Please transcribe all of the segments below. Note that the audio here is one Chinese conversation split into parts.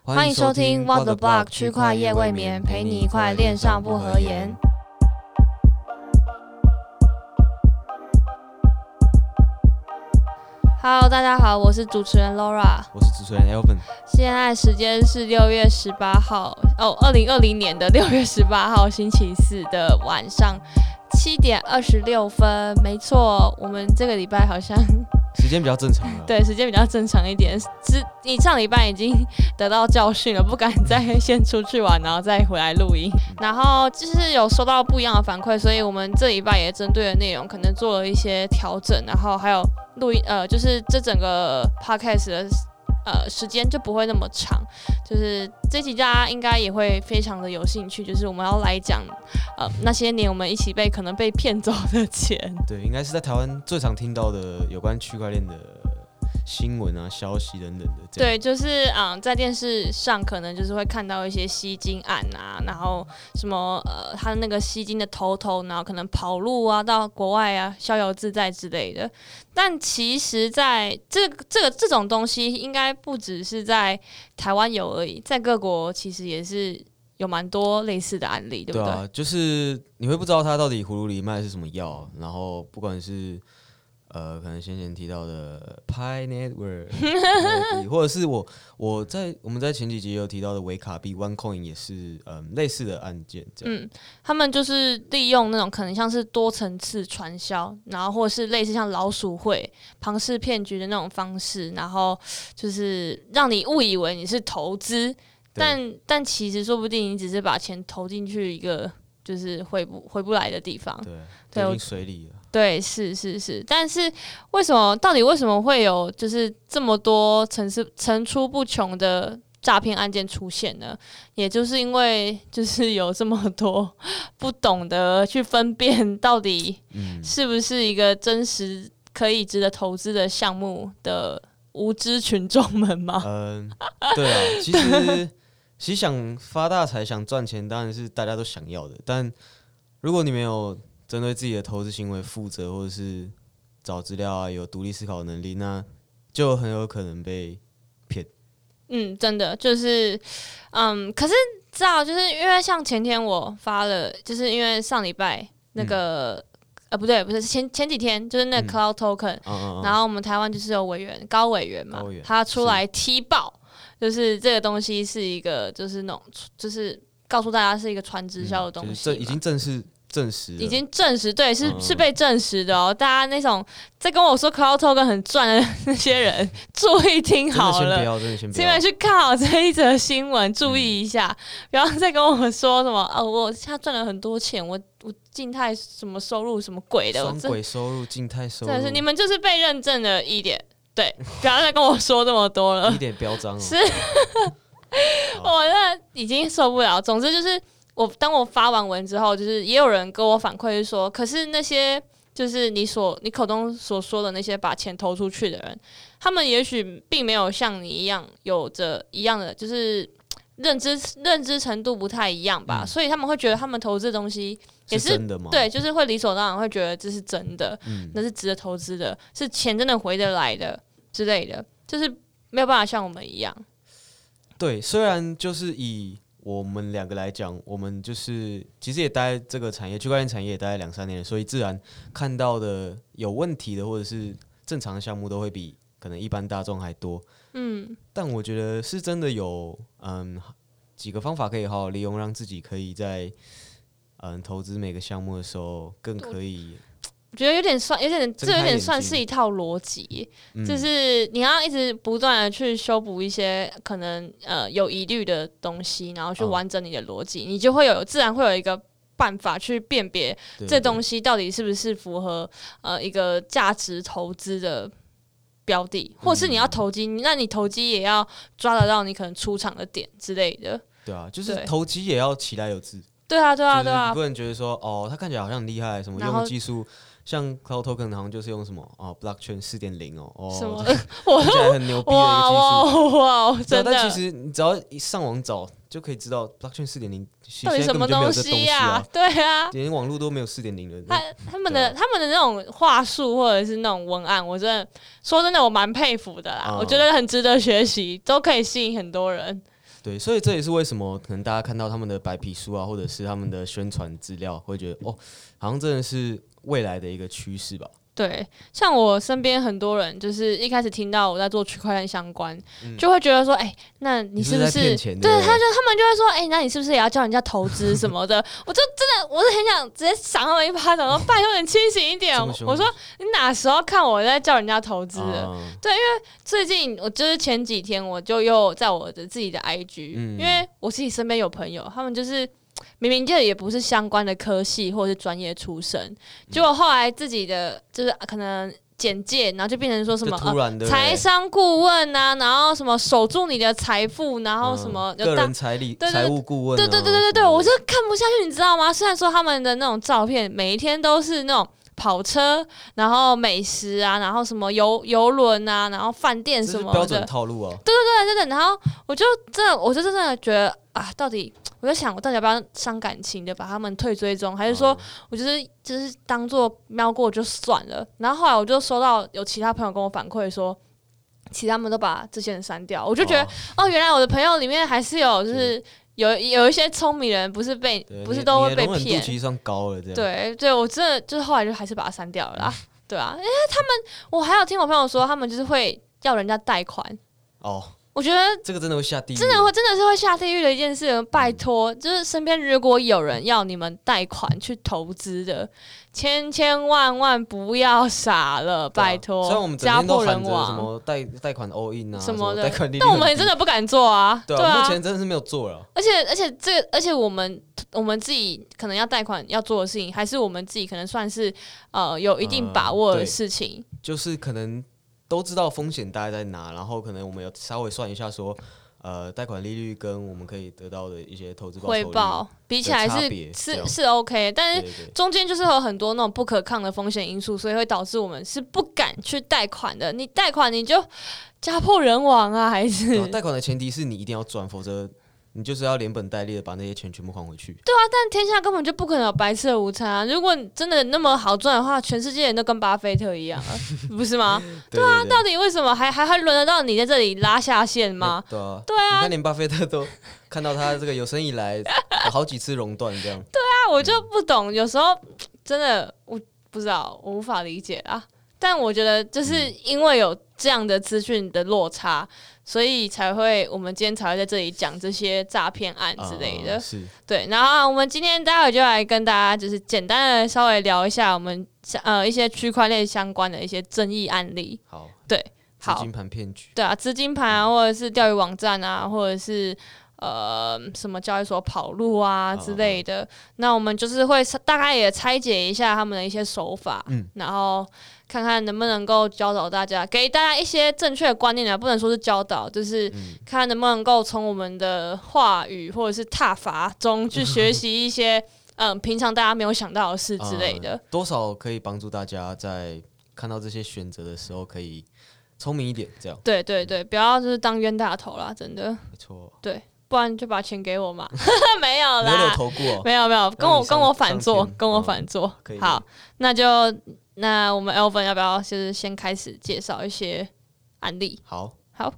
欢迎收听 What the Block 区块夜未眠，陪你一块恋上不合言。Hello， 大家好，我是主持人 Laura， 我是主持人 Elvin。 现在时间是6月18号，2020年的6月18号星期四的晚上7点26分。没错，我们这个礼拜好像时间比较正常了， 对，时间比较正常一点。你上礼拜已经得到教训了，不敢再先出去玩，然后再回来录音。然后就是有收到不一样的反馈，所以我们这礼拜也针对的内容可能做了一些调整，然后还有录音，就是这整个 podcast 的时间就不会那么长。就是这集大家应该也会非常的有兴趣，就是我们要来讲那些年我们一起可能被骗走的钱。 对，应该是在台湾最常听到的有关区块链的新闻啊、消息等等的。 对，就是在电视上可能就是会看到一些吸金案啊，然后什么他的那个吸金的头，然后可能跑路啊，到国外啊逍遥自在之类的。但其实在这种东西应该不只是在台湾有而已，在各国其实也是有蛮多类似的案例，对不对？ 对啊，就是你会不知道他到底葫芦里卖的是什么药，然后不管是可能先前提到的 Pi Network， 或者是我们在前几集也有提到的维卡币 OneCoin 也是类似的案件这样。 他们就是利用那种可能像是多层次传销，然后或者是类似像老鼠会、庞氏骗局的那种方式，然后就是让你误以为你是投资，但其实说不定你只是把钱投进去一个就是回不来的地方， 对，已经水里了。 对，是，但是到底为什么会有就是这么多层出不穷的诈骗案件出现呢？也就是因为就是有这么多不懂得去分辨到底是不是一个真实可以值得投资的项目的无知群众们吗？ 对啊，其实想发大财、想赚钱，当然是大家都想要的。但如果你没有针对自己的投资行为负责，或者是找资料啊，有独立思考的能力，那就很有可能被骗。 真的就是，可是知道，就是因为像前天我发了，就是因为上礼拜那个，不是前几天，就是那个 Cloud Token，然后我们台湾就是有高委员嘛，他出来踢爆，就是这个东西是一个，就是那种，就是告诉大家是一这直销的东西， 就是已经证实了， 已经证实，对，是被证实的哦。大家那种在跟我说 Cloud Token 很赚的那些人，注意听好了， 真的先不要， 千万去看好这一则新闻，注意一下，不要再跟我说什么我现在赚了很多钱，我静态什么收入什么鬼的， 双轨收入、静态收入， 真的是你们就是被认证的一点，对，不要再跟我说这么多了， 一点标章哦， 是，我那已经受不了。总之就是。当我发完文之后，就是也有人跟我反馈说，可是那些就是你口中所说的那些把钱投出去的人，他们也许并没有像你一样有着一样的，就是认知程度不太一样吧，所以他们会觉得他们投资的东西也是真的吗？ 对，就是会理所当然会觉得这是真的，那是值得投资的，是钱真的回得来的之类的，就是没有办法像我们一样。 对，虽然就是以我们两个来讲，我们就是其实也待这个产业，区块链产业也待了2-3年，所以自然看到的有问题的或者是正常的项目都会比可能一般大众还多。但我觉得是真的有几个方法可以好好利用，让自己可以在投资每个项目的时候更可以。 我觉得这有点算是一套逻辑，就是你要一直不断的去修补一些可能有疑虑的东西，然后去完整你的逻辑，你就会自然会有一个办法去辨别这东西到底是不是符合一个价值投资的标的，或是你要投机，那你投机也要抓得到你可能出场的点之类的。 对啊，就是投机也要其来有自。 对啊， 你不能觉得说他看起来好像很厉害，什么用技术。像 Cloud Token 好像就是用什么Blockchain 4.0什么看起来很牛逼的一个技术， 哇，真的。 但其实你只要一上网找就可以知道 Blockchain 4.0 到底什么东西啊？对啊， 连网络都没有4.0了。 他们的那种话术或者是那种文案，我真的说真的，我蛮佩服的啦。我觉得很值得学习，都可以吸引很多人。 对，所以这也是为什么可能大家看到他们的白皮书啊，或者是他们的宣传资料，会觉得哦，好像真的是未来的一个趋势吧。 对，像我身边很多人，就是一开始听到我在做区块链相关，就会觉得说，那你是不是？对，他们就会说，那你是不是也要教人家投资什么的？我就真的，我是很想直接赏他们一巴掌，说拜托你清醒一点。我说你哪时候看我在教人家投资的？对，因为最近我就是前几天我就又在我的自己的 IG，因为我自己身边有朋友，他们就是。明明就也不是相关的科系或者是专业出身，结果后来自己的就是可能简介，然后就变成说什么财商顾问啊，然后什么守住你的财富，然后什么个人财务顾问， 对，我就看不下去，你知道吗？虽然说他们的那种照片每一天都是那种跑车，然后美食啊，然后什么游轮啊，然后饭店什么的， 标准套路啊。 对，然后我就真的觉得啊，到底。我在想，我到底要不要伤感情的把他们退追踪，还是说我就是当做瞄过就算了？然后后来我就收到有其他朋友跟我反馈说，其他们都把这些人删掉。我就觉得原来我的朋友里面还是有就是有一些聪明人，不是都会被骗。 你的度其实算高了，这样。对，我真的就是后来就还是把它删掉了啦。对啊，因为我还有听我朋友说，他们就是会要人家贷款。我觉得这个真的会下地狱， 真的是会下地狱的一件事。拜托，就是身边如果有人要你们贷款去投资的，千万不要傻了，拜托。 虽然我们整天都喊着什么贷款 all in 啊什么的， 贷款利率， 但我们真的不敢做啊。 对啊，目前真的是没有做了。 而且我们自己可能要贷款要做的事情，还是我们自己可能算是有一定把握的事情， 就是可能。都知道风险大概在哪，然后可能我们有稍微算一下说，贷款利率跟我们可以得到的一些投资回报比起来是 OK， 但是中间就是有很多那种不可抗的风险因素，所以会导致我们是不敢去贷款的。你贷款你就家破人亡啊，还是？ 贷款的前提是你一定要赚，否则。你就是要连本带利的把那些钱全部还回去。 对啊，但天下根本就不可能有白吃的午餐啊！如果真的那么好赚的话，全世界人都跟巴菲特一样啊，不是吗？对啊，到底为什么还轮得到你在这里拉下线吗？ 对啊，你看连巴菲特都看到他这个有生以来有好几次熔断这样。 对啊，我就不懂，有时候真的我不知道，我无法理解啦。但我觉得就是因为有这样的资讯的落差，所以我们今天才会在这里讲这些诈骗案之类的。对。然后我们今天待会就来跟大家就是简单的稍微聊一下我们一些区块链相关的一些争议案例。 好， 对， 资金盘骗局。 对啊，资金盘啊，或者是钓鱼网站啊，或者是。什么交易所跑路啊之类的，那我们就是会大概也拆解一下他们的一些手法，然后看看能不能够教导大家，给大家一些正确的观念啊，不能说是教导，就是看看能不能够从我们的话语或者是挞伐中去学习一些平常大家没有想到的事之类的， 多少可以帮助大家在看到这些选择的时候可以聪明一点，这样。 对，不要就是当冤大头啦，真的。 没错。 对。不然就把钱给我嘛，没有啦， 没有投顾哦， 没有，跟我反做，好，那我们 Elvin 要不要就是先开始介绍一些案例？ 好，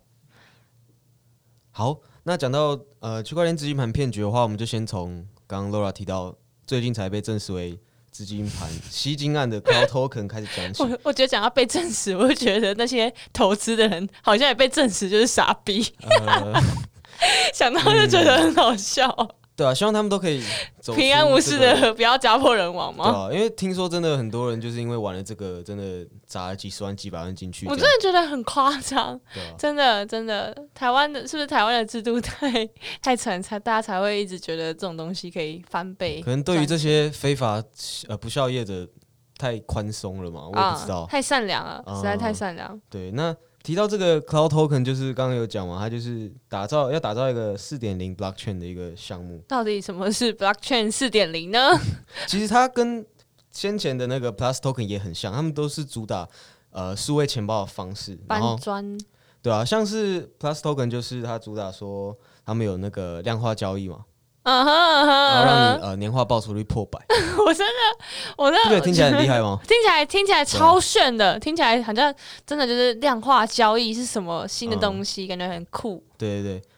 那讲到区块链资金盘骗局的话，我们就先从刚刚 Laura 提到最近才被证实为资金盘吸金案的 Cloud Token 开始讲起。 我觉得讲到被证实，我就觉得那些投资的人好像也被证实就是傻逼。想到就觉得很好笑。 对啊，希望他们都可以平安无事的，不要家破人亡嘛。 对啊，因为听说真的很多人就是因为玩了这个，真的砸了几十万、几百万进去。 我真的觉得很夸张，真的，台湾的是不是台湾的制度太惨，大家才会一直觉得这种东西可以翻倍？ 可能对于这些非法不孝业者太宽松了嘛，我也不知道。 太善良了，实在太善良。 对，那。提到这个 Cloud Token， 就是刚刚有讲嘛，它就是要打造一个 4.0 Blockchain 的一个项目。 到底什么是 Blockchain 4.0 呢？ 其实它跟先前的那个 Plus Token 也很像，他们都是主打数位钱包的方式。 搬砖。 对啊，像是 Plus Token 就是它主打说他们有那个量化交易嘛。然后让你年化报酬率破100。 我真的听起来很厉害吗？ 听起来超炫的，听起来好像真的就是量化交易是什么新的东西，感觉很酷。 对，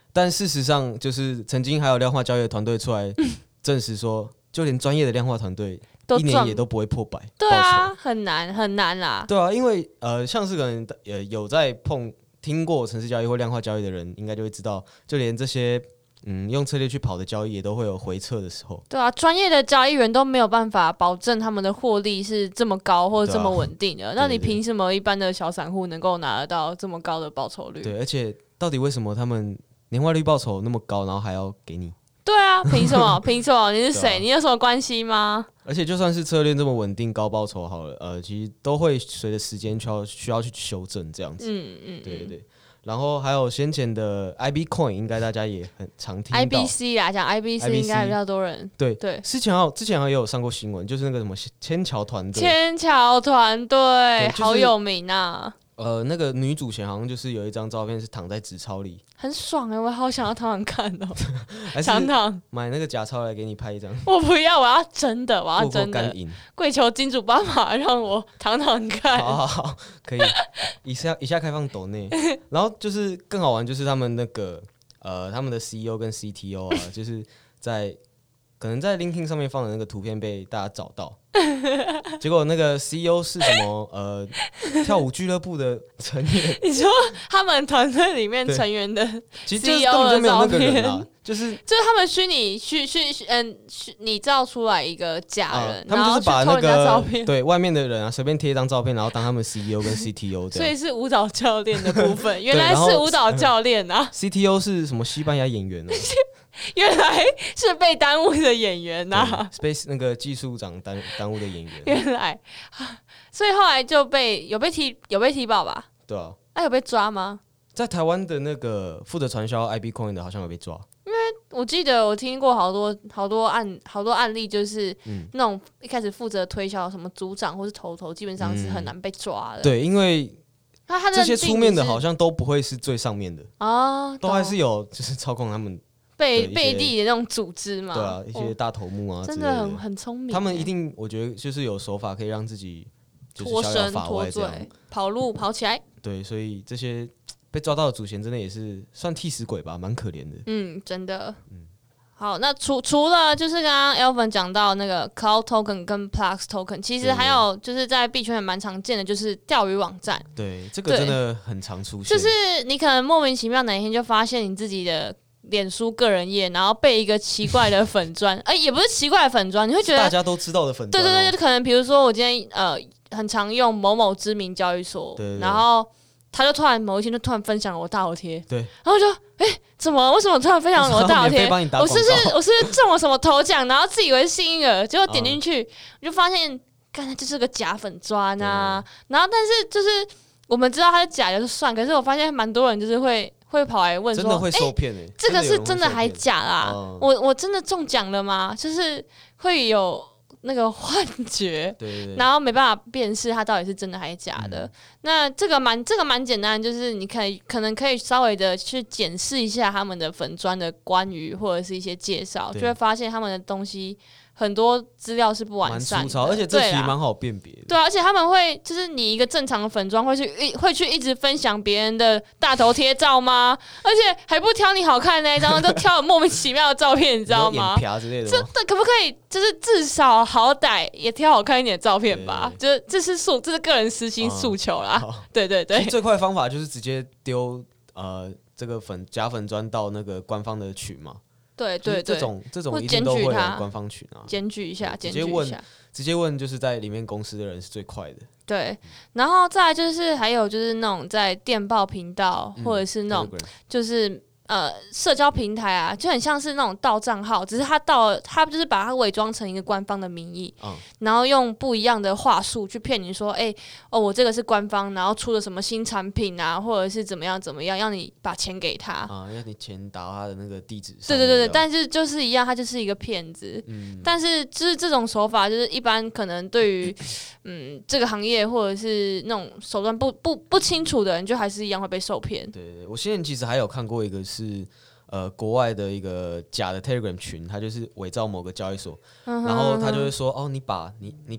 但事实上就是曾经还有量化交易的团队出来证实说，就连专业的量化团队一年也都不会破100。 对啊，很难很难啦。 对啊，因为像是可能有在听过程式交易或量化交易的人，应该就会知道，就连这些用策略去跑的交易也都会有回撤的时候。 对啊，专业的交易员都没有办法保证他们的获利是这么高或者这么稳定的，那你凭什么一般的小散户能够拿得到这么高的报酬率？ 对，而且到底为什么他们年化率报酬那么高，然后还要给你？ 对啊，凭什么？凭什么？你是谁？你有什么关系吗？ 而且就算是策略这么稳定、高报酬好了，其实都会随着时间需要去修正这样子。对。然后还有先前的 IB Coin， 应该大家也很常听到。 IBC 啦，讲 IBC 应该比较多人。对， 之前也有上过新闻，就是那个什么千桥团队。 千桥团队好有名啊！ 那个女主前好像就是有一张照片是躺在纸钞里， 很爽我好想要躺看哦。 还是买那个假钞来给你拍一张？ 我不要，我要真的，我要真的。跪求金主爸爸让我躺看。 好，可以。以下开放抖内，然后就是更好玩，就是他们那个他们的 CEO 跟 CTO 啊，就是可能在 LinkedIn 上面放的那个图片被大家找到，结果那个 CEO 是什么跳舞俱乐部的成员？ 你说他们团队里面成员的 CEO 的照片，就是他们虚拟造出来一个假人， 他们就是把那个对外面的人啊随便贴一张照片，然后当他们 CEO 跟 CTO 这样。 所以是舞蹈教练的部分，原来是舞蹈教练啊。 CTO 是什么西班牙演员呢？ 原来是被耽误的演员呐、啊， 被那个技术长耽误的演员。 原来，所以后来就有被提报吧？ 对啊。 有被抓吗？ 在台湾的那个负责传销 IB Coin 的，好像有被抓。 因为我记得我听过好多案例，就是那种一开始负责推销什么组长或是头，基本上是很难被抓的。 对，因为这些出面的好像都不会是最上面的啊，都还是有就是操控他们。背地的那种组织嘛， 对啊，一些大头目啊， 真的很聪明。 他们一定，我觉得就是有手法可以让自己脱身脱罪，跑路跑起来。 对，所以这些被抓到的主嫌真的也是算替死鬼吧，蛮可怜的。 真的。好，那除了就是刚刚 Elvin 讲到那个 Cloud Token 跟 Plus Token， 其实还有就是在币圈也蛮常见的，就是钓鱼网站。 对，这个真的很常出现。 就是你可能莫名其妙哪一天就发现你自己的脸书个人页，然后被一个奇怪的粉专，也不是奇怪的粉专，你会觉得大家都知道的粉专。 对，可能比如说我今天很常用某某知名交易所，然后他就某一天就突然分享了我大头贴， 对， 然后就怎么为什么突然分享了我大头贴？我是不是中了什么头奖，然后自以为是幸运儿，结果点进去我就发现，刚才就是个假粉专啊，然后但是就是我们知道它是假的就算，可是我发现蛮多人就是会跑来问说， 真的会受骗这个是真的还假啦？我真的中奖了吗？就是会有那个幻觉， 对， 然后没办法辨识它到底是真的还是假的。那这个蛮简单的，就是你可能可以稍微的去检视一下他们的粉专的关于或者是一些介绍，就会发现他们的东西很多资料是不完善的， 蛮粗糙，而且这其实蛮好辨别的。 对啊，而且他们会就是你一个正常的粉专会去一直分享别人的大头贴照吗？而且还不挑你好看的那一张，都挑莫名其妙的照片，你知道吗？ 眼之类的吗？ 这可不可以？就是至少好歹也挑好看一点的照片吧。就是这是个人私心诉求啦。对。 最快的方法就是直接丢这个假粉专到那个官方的群嘛。对，这种一定都会有官方群啊， 检举一下， 直接问就是在里面公司的人是最快的。 对，然后再来就是还有就是那种在电报频道或者是那种就是社交平台啊，就很像是那种盗账号，只是他就是把它伪装成一个官方的名义，然后用不一样的话术去骗你说，我这个是官方，然后出了什么新产品啊，或者是怎么样，让你把钱给他要你钱打到他的那个地址上。对，但是就是一样，他就是一个骗子。但是就是这种手法，就是一般可能对于这个行业或者是那种手段不清楚的人，就还是一样会被受骗。 对，我现在其实还有看过一个是国外的一个假的 Telegram 群，他就是伪造某个交易所，然后他就会说你把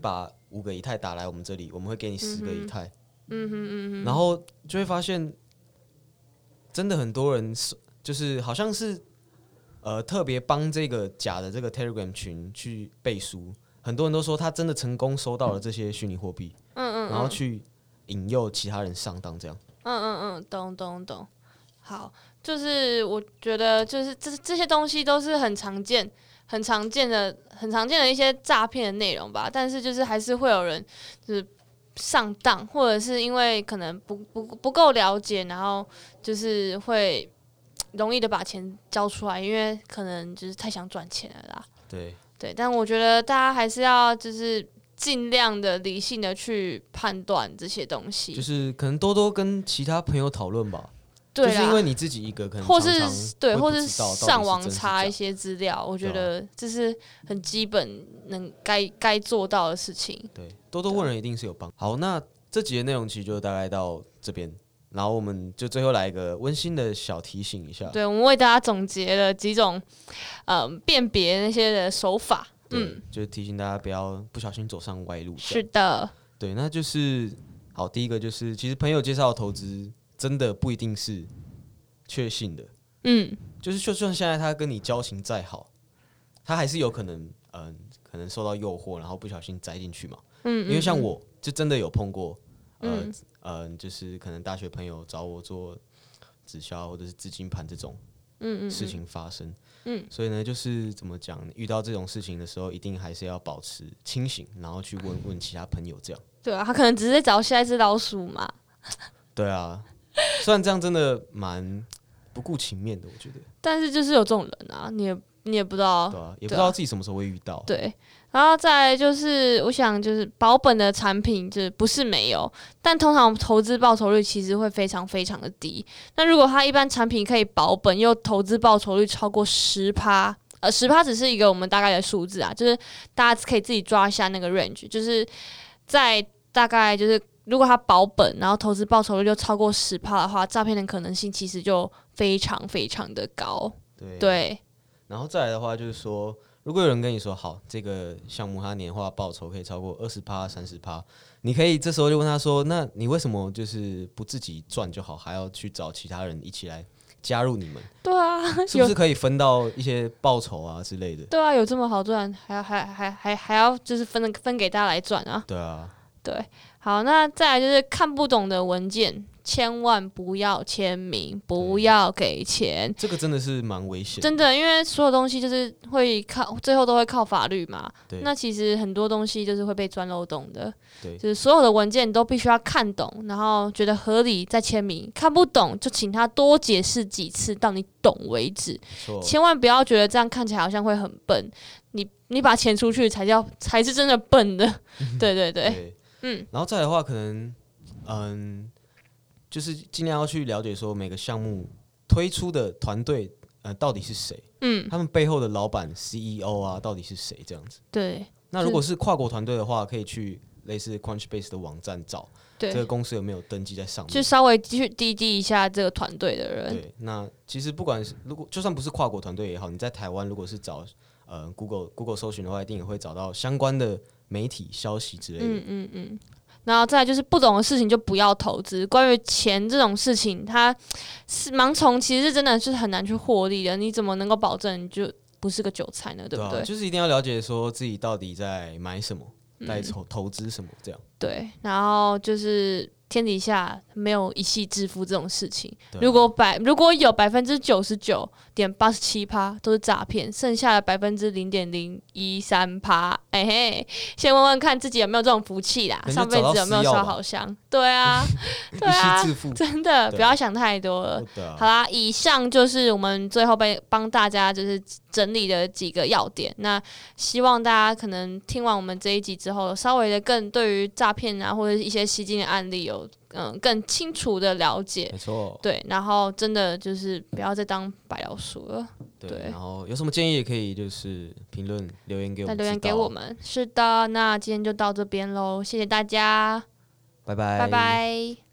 5个以太打来我们这里，我们会给你10个以太。然后就会发现真的很多人就就是好像是特别帮这个假的这个 Telegram 群去背书，很多人都说他真的成功收到了这些虚拟货币，然后去引诱其他人上当这样。 懂。好，就是我觉得就是这些东西都是很常见的一些诈骗的内容吧，但是就是还是会有人就是上当，或者是因为可能不够了解，然后就是会容易的把钱交出来，因为可能就是太想赚钱了啦。对，但我觉得大家还是要就是尽量的理性的去判断这些东西， 就是可能多跟其他朋友讨论吧。 对啦， 就是因为你自己一个可能或常常是或是上网查一些， 些资料，我觉得这是很基本该做到的事情。 对，多问人一定是有帮。好，那这集的内容其实就大概到这边，然后我们就最后来一个温馨的小提醒一下。 对，我们为大家总结了几种辨别那些的手法。 就是提醒大家不要不小心走上歪路。 是的。 对，那就是好，第一个就是其实朋友介绍的投资真的不一定是确信的。就是就算现在他跟你交情再好，他还是有可能可能受到诱惑，然后不小心栽进去嘛。因为像我就真的有碰过，就是可能大学朋友找我做直销或者是资金盘这种事情发生。所以呢，就是怎么讲，遇到这种事情的时候，一定还是要保持清醒，然后去问其他朋友这样。 对啊，他可能只是在找下一只老鼠嘛。 对啊，虽然这样真的蛮不顾情面的，我觉得。 但是就是有这种人啊，你也不知道， 对啊，也不知道自己什么时候会遇到。 对，然后再来就是我想就是保本的产品就是不是没有，但通常投资报酬率其实会非常非常的低。那如果它一般产品可以保本又投资报酬率超过10%，10%只是一个我们大概的数字啊，就是大家可以自己抓一下那个 range，就是在大概就是如果它保本，然后投资报酬率就超过10%的话，诈骗的可能性其实就非常非常的高。对。 然后再来的话就是说，如果有人跟你说好，这个项目它年化报酬可以超过20%、30%，你可以这时候就问他说，那你为什么就是不自己赚就好，还要去找其他人一起来加入你们？ 对啊， 是不是可以分到一些报酬啊之类的？ 对啊，有这么好赚，还要就是分给大家来赚啊？ 对啊， 对，好，那再来就是看不懂的文件，千万不要签名，不要给钱。 这个真的是蛮危险的， 真的，因为所有东西就是最后都会靠法律嘛。那其实很多东西就是会被钻漏洞的。 对， 就是所有的文件你都必须要看懂，然后觉得合理再签名。看不懂就请他多解释几次，到你懂为止。千万不要觉得这样看起来好像会很笨，你把钱出去才是真的笨的。对。 然后再来的话，可能就是尽量要去了解说每个项目推出的团队到底是谁，他们背后的老板 CEO 啊到底是谁这样子。 对。 那如果是跨国团队的话，可以去类似 Crunchbase 的网站找这个公司有没有登记在上面， 就稍微去滴一下这个团队的人。 对，那其实不管是就算不是跨国团队也好，你在台湾如果是找Google 搜寻的话，一定也会找到相关的媒体消息之类的。 然后再来就是不懂的事情就不要投资。关于钱这种事情，它是盲从，其实是真的是很难去获利的。你怎么能够保证你就不是个韭菜呢？对不对？ 就是一定要了解说自己到底在买什么，在投资什么这样。 对，然后就是天底下没有一夕致富这种事情。如果有99.87%都是诈骗，剩下的0.013%，先问问看自己有没有这种福气啦，上辈子有没有烧好香？对啊， 一夕致富， 真的不要想太多了。好啦，以上就是我们最后帮大家就是整理的几个要点。那希望大家可能听完我们这一集之后，稍微的更对于诈骗啊或者一些吸金的案例有更清楚的了解。 没错。 对，然后真的就是不要再当白老鼠了。 对，然后有什么建议也可以就是评论留言给我们。 留言给我们。是的，那今天就到这边喽，谢谢大家， 拜拜， 拜拜。